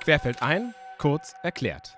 Querfeld ein, kurz erklärt.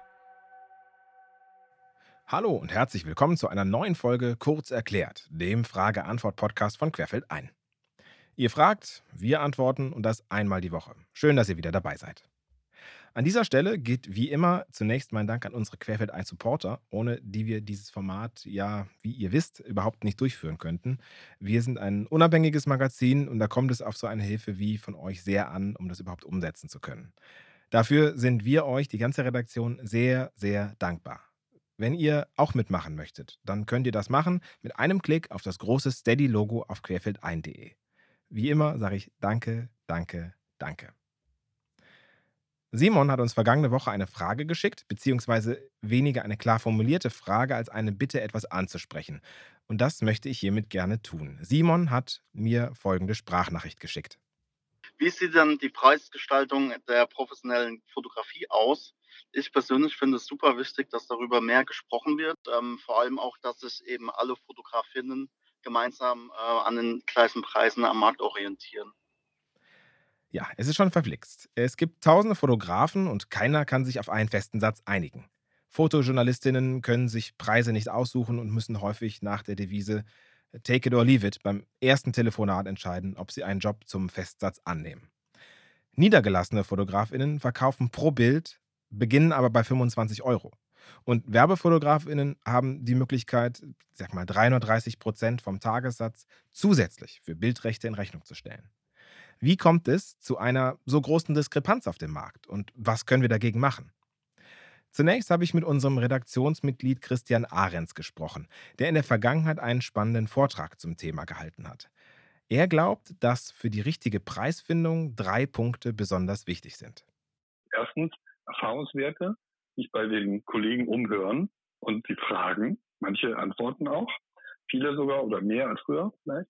Hallo und herzlich willkommen zu einer neuen Folge Kurz erklärt, dem Frage-Antwort-Podcast von Querfeld ein. Ihr fragt, wir antworten und das einmal die Woche. Schön, dass ihr wieder dabei seid. An dieser Stelle geht wie immer zunächst mein Dank an unsere Querfeld ein Supporter, ohne die wir dieses Format ja, wie ihr wisst, überhaupt nicht durchführen könnten. Wir sind ein unabhängiges Magazin und da kommt es auf so eine Hilfe wie von euch sehr an, um das überhaupt umsetzen zu können. Dafür sind wir euch, die ganze Redaktion, sehr, sehr dankbar. Wenn ihr auch mitmachen möchtet, dann könnt ihr das machen mit einem Klick auf das große Steady-Logo auf querfeldein.de. Wie immer sage ich danke, danke, danke. Simon hat uns vergangene Woche eine Frage geschickt, beziehungsweise weniger eine klar formulierte Frage als eine Bitte, etwas anzusprechen. Und das möchte ich hiermit gerne tun. Simon hat mir folgende Sprachnachricht geschickt. Wie sieht denn die Preisgestaltung der professionellen Fotografie aus? Ich persönlich finde es super wichtig, dass darüber mehr gesprochen wird. Vor allem auch, dass sich eben alle Fotografinnen gemeinsam an den gleichen Preisen am Markt orientieren. Ja, es ist schon verflixt. Es gibt tausende Fotografen und keiner kann sich auf einen festen Satz einigen. Fotojournalistinnen können sich Preise nicht aussuchen und müssen häufig nach der Devise Take it or leave it beim ersten Telefonat entscheiden, ob sie einen Job zum Festsatz annehmen. Niedergelassene Fotografinnen verkaufen pro Bild, beginnen aber bei 25 Euro. Und Werbefotografinnen haben die Möglichkeit, sag mal 330% vom Tagessatz zusätzlich für Bildrechte in Rechnung zu stellen. Wie kommt es zu einer so großen Diskrepanz auf dem Markt und was können wir dagegen machen? Zunächst habe ich mit unserem Redaktionsmitglied Christian Ahrens gesprochen, der in der Vergangenheit einen spannenden Vortrag zum Thema gehalten hat. Er glaubt, dass für die richtige Preisfindung 3 Punkte besonders wichtig sind. Erstens Erfahrungswerte, sich bei den Kollegen umhören und sie fragen. Manche antworten auch, viele sogar oder mehr als früher vielleicht.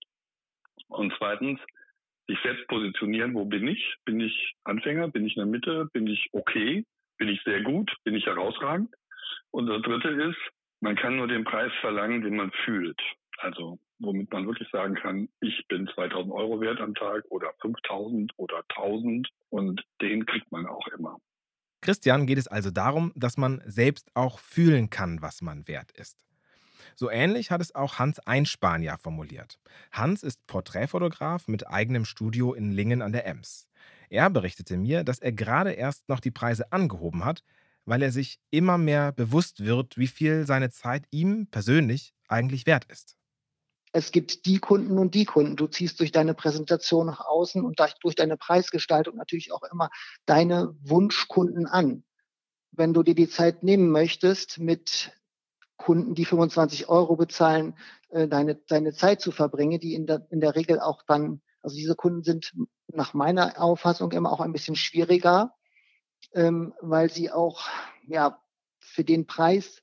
Und zweitens sich selbst positionieren, wo bin ich? Bin ich Anfänger? Bin ich in der Mitte? Bin ich okay? Bin ich sehr gut? Bin ich herausragend? Und das Dritte ist, man kann nur den Preis verlangen, den man fühlt. Also womit man wirklich sagen kann, ich bin 2.000 Euro wert am Tag oder 5.000 oder 1.000 und den kriegt man auch immer. Christian geht es also darum, dass man selbst auch fühlen kann, was man wert ist. So ähnlich hat es auch Hans Einspanier formuliert. Hans ist Porträtfotograf mit eigenem Studio in Lingen an der Ems. Er berichtete mir, dass er gerade erst noch die Preise angehoben hat, weil er sich immer mehr bewusst wird, wie viel seine Zeit ihm persönlich eigentlich wert ist. Es gibt die Kunden und die Kunden. Du ziehst durch deine Präsentation nach außen und durch deine Preisgestaltung natürlich auch immer deine Wunschkunden an. Wenn du dir die Zeit nehmen möchtest, mit Kunden, die 25 Euro bezahlen, deine Zeit zu verbringen, die in der Regel auch dann, also diese Kunden sind nach meiner Auffassung immer auch ein bisschen schwieriger, weil sie auch ja für den Preis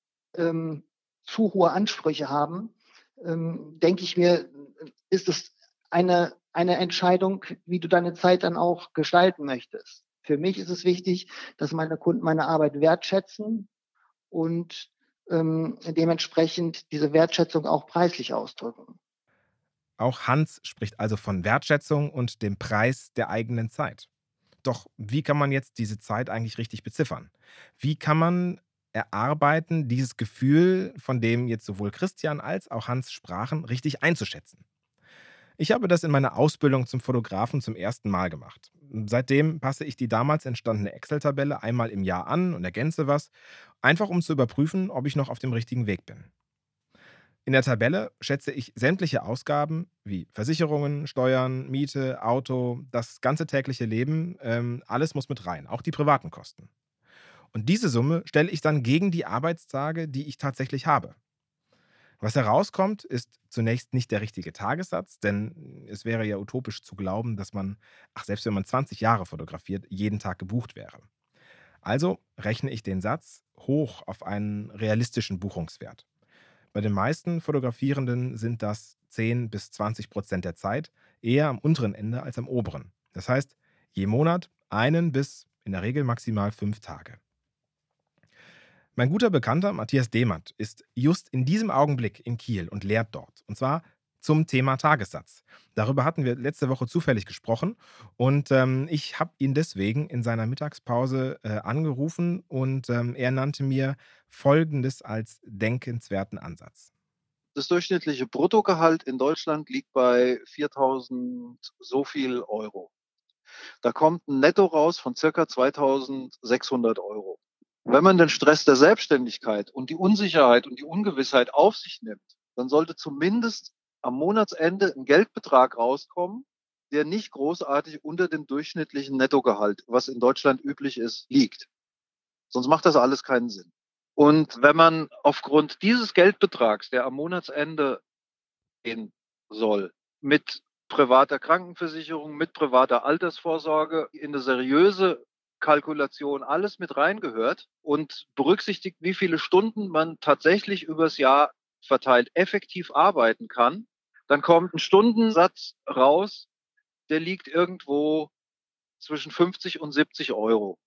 zu hohe Ansprüche haben. Denke ich mir, ist es eine Entscheidung, wie du deine Zeit dann auch gestalten möchtest. Für mich ist es wichtig, dass meine Kunden meine Arbeit wertschätzen und dementsprechend diese Wertschätzung auch preislich ausdrücken. Auch Hans spricht also von Wertschätzung und dem Preis der eigenen Zeit. Doch wie kann man jetzt diese Zeit eigentlich richtig beziffern? Wie kann man erarbeiten, dieses Gefühl, von dem jetzt sowohl Christian als auch Hans sprachen, richtig einzuschätzen? Ich habe das in meiner Ausbildung zum Fotografen zum ersten Mal gemacht. Seitdem passe ich die damals entstandene Excel-Tabelle einmal im Jahr an und ergänze was, einfach um zu überprüfen, ob ich noch auf dem richtigen Weg bin. In der Tabelle schätze ich sämtliche Ausgaben wie Versicherungen, Steuern, Miete, Auto, das ganze tägliche Leben, alles muss mit rein, auch die privaten Kosten. Und diese Summe stelle ich dann gegen die Arbeitstage, die ich tatsächlich habe. Was herauskommt, ist zunächst nicht der richtige Tagessatz, denn es wäre ja utopisch zu glauben, dass man, ach, selbst wenn man 20 Jahre fotografiert, jeden Tag gebucht wäre. Also rechne ich den Satz hoch auf einen realistischen Buchungswert. Bei den meisten Fotografierenden sind das 10 bis 20% der Zeit, eher am unteren Ende als am oberen. Das heißt, je Monat einen bis in der Regel maximal 5 Tage. Mein guter Bekannter Matthias Demand ist just in diesem Augenblick in Kiel und lehrt dort. Und zwar zum Thema Tagessatz. Darüber hatten wir letzte Woche zufällig gesprochen und ich habe ihn deswegen in seiner Mittagspause angerufen und er nannte mir Folgendes als denkenswerten Ansatz. Das durchschnittliche Bruttogehalt in Deutschland liegt bei 4.000 so viel Euro. Da kommt ein Netto raus von circa 2.600 Euro. Wenn man den Stress der Selbstständigkeit und die Unsicherheit und die Ungewissheit auf sich nimmt, dann sollte zumindest am Monatsende ein Geldbetrag rauskommen, der nicht großartig unter dem durchschnittlichen Nettogehalt, was in Deutschland üblich ist, liegt. Sonst macht das alles keinen Sinn. Und wenn man aufgrund dieses Geldbetrags, der am Monatsende gehen soll, mit privater Krankenversicherung, mit privater Altersvorsorge in eine seriöse Kalkulation alles mit reingehört und berücksichtigt, wie viele Stunden man tatsächlich übers Jahr verteilt effektiv arbeiten kann, dann kommt ein Stundensatz raus, der liegt irgendwo zwischen 50 und 70 Euro.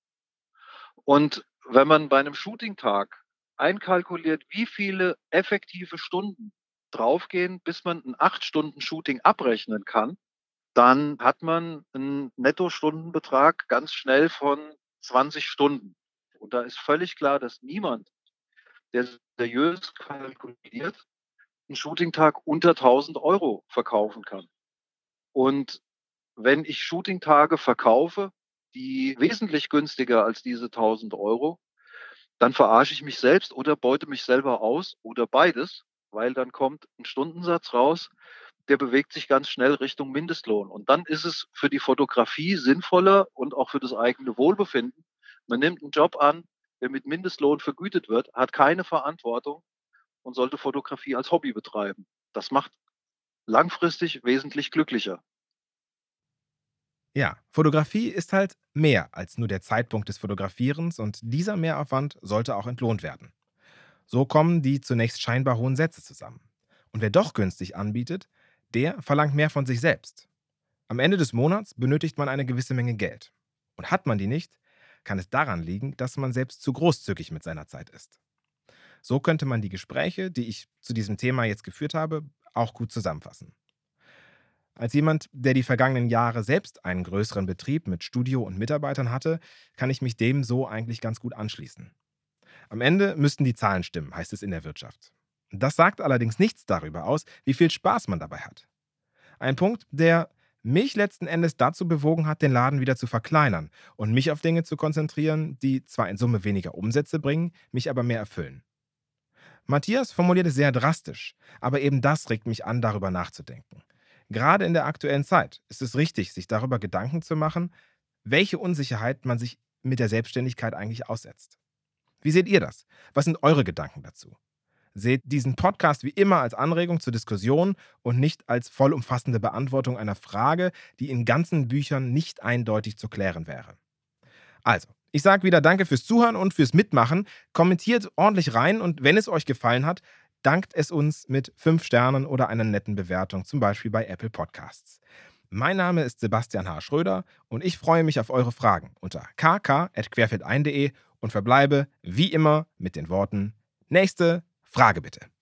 Und wenn man bei einem Shooting-Tag einkalkuliert, wie viele effektive Stunden draufgehen, bis man ein 8-Stunden-Shooting abrechnen kann, dann hat man einen Nettostundenbetrag ganz schnell von 20 Stunden. Und da ist völlig klar, dass niemand, der seriös kalkuliert, einen Shooting-Tag unter 1.000 Euro verkaufen kann. Und wenn ich Shooting-Tage verkaufe, die wesentlich günstiger als diese 1.000 Euro, dann verarsche ich mich selbst oder beute mich selber aus oder beides, weil dann kommt ein Stundensatz raus, der bewegt sich ganz schnell Richtung Mindestlohn. Und dann ist es für die Fotografie sinnvoller und auch für das eigene Wohlbefinden. Man nimmt einen Job an, der mit Mindestlohn vergütet wird, hat keine Verantwortung und sollte Fotografie als Hobby betreiben. Das macht langfristig wesentlich glücklicher. Ja, Fotografie ist halt mehr als nur der Zeitpunkt des Fotografierens und dieser Mehraufwand sollte auch entlohnt werden. So kommen die zunächst scheinbar hohen Sätze zusammen. Und wer doch günstig anbietet, der verlangt mehr von sich selbst. Am Ende des Monats benötigt man eine gewisse Menge Geld. Und hat man die nicht, kann es daran liegen, dass man selbst zu großzügig mit seiner Zeit ist. So könnte man die Gespräche, die ich zu diesem Thema jetzt geführt habe, auch gut zusammenfassen. Als jemand, der die vergangenen Jahre selbst einen größeren Betrieb mit Studio und Mitarbeitern hatte, kann ich mich dem so eigentlich ganz gut anschließen. Am Ende müssten die Zahlen stimmen, heißt es in der Wirtschaft. Das sagt allerdings nichts darüber aus, wie viel Spaß man dabei hat. Ein Punkt, der mich letzten Endes dazu bewogen hat, den Laden wieder zu verkleinern und mich auf Dinge zu konzentrieren, die zwar in Summe weniger Umsätze bringen, mich aber mehr erfüllen. Matthias formuliert es sehr drastisch, aber eben das regt mich an, darüber nachzudenken. Gerade in der aktuellen Zeit ist es richtig, sich darüber Gedanken zu machen, welche Unsicherheit man sich mit der Selbstständigkeit eigentlich aussetzt. Wie seht ihr das? Was sind eure Gedanken dazu? Seht diesen Podcast wie immer als Anregung zur Diskussion und nicht als vollumfassende Beantwortung einer Frage, die in ganzen Büchern nicht eindeutig zu klären wäre. Also, ich sage wieder Danke fürs Zuhören und fürs Mitmachen. Kommentiert ordentlich rein und wenn es euch gefallen hat, dankt es uns mit 5 Sternen oder einer netten Bewertung, zum Beispiel bei Apple Podcasts. Mein Name ist Sebastian H. Schröder und ich freue mich auf eure Fragen unter kk@querfeldein.de und verbleibe wie immer mit den Worten: Nächste Frage bitte.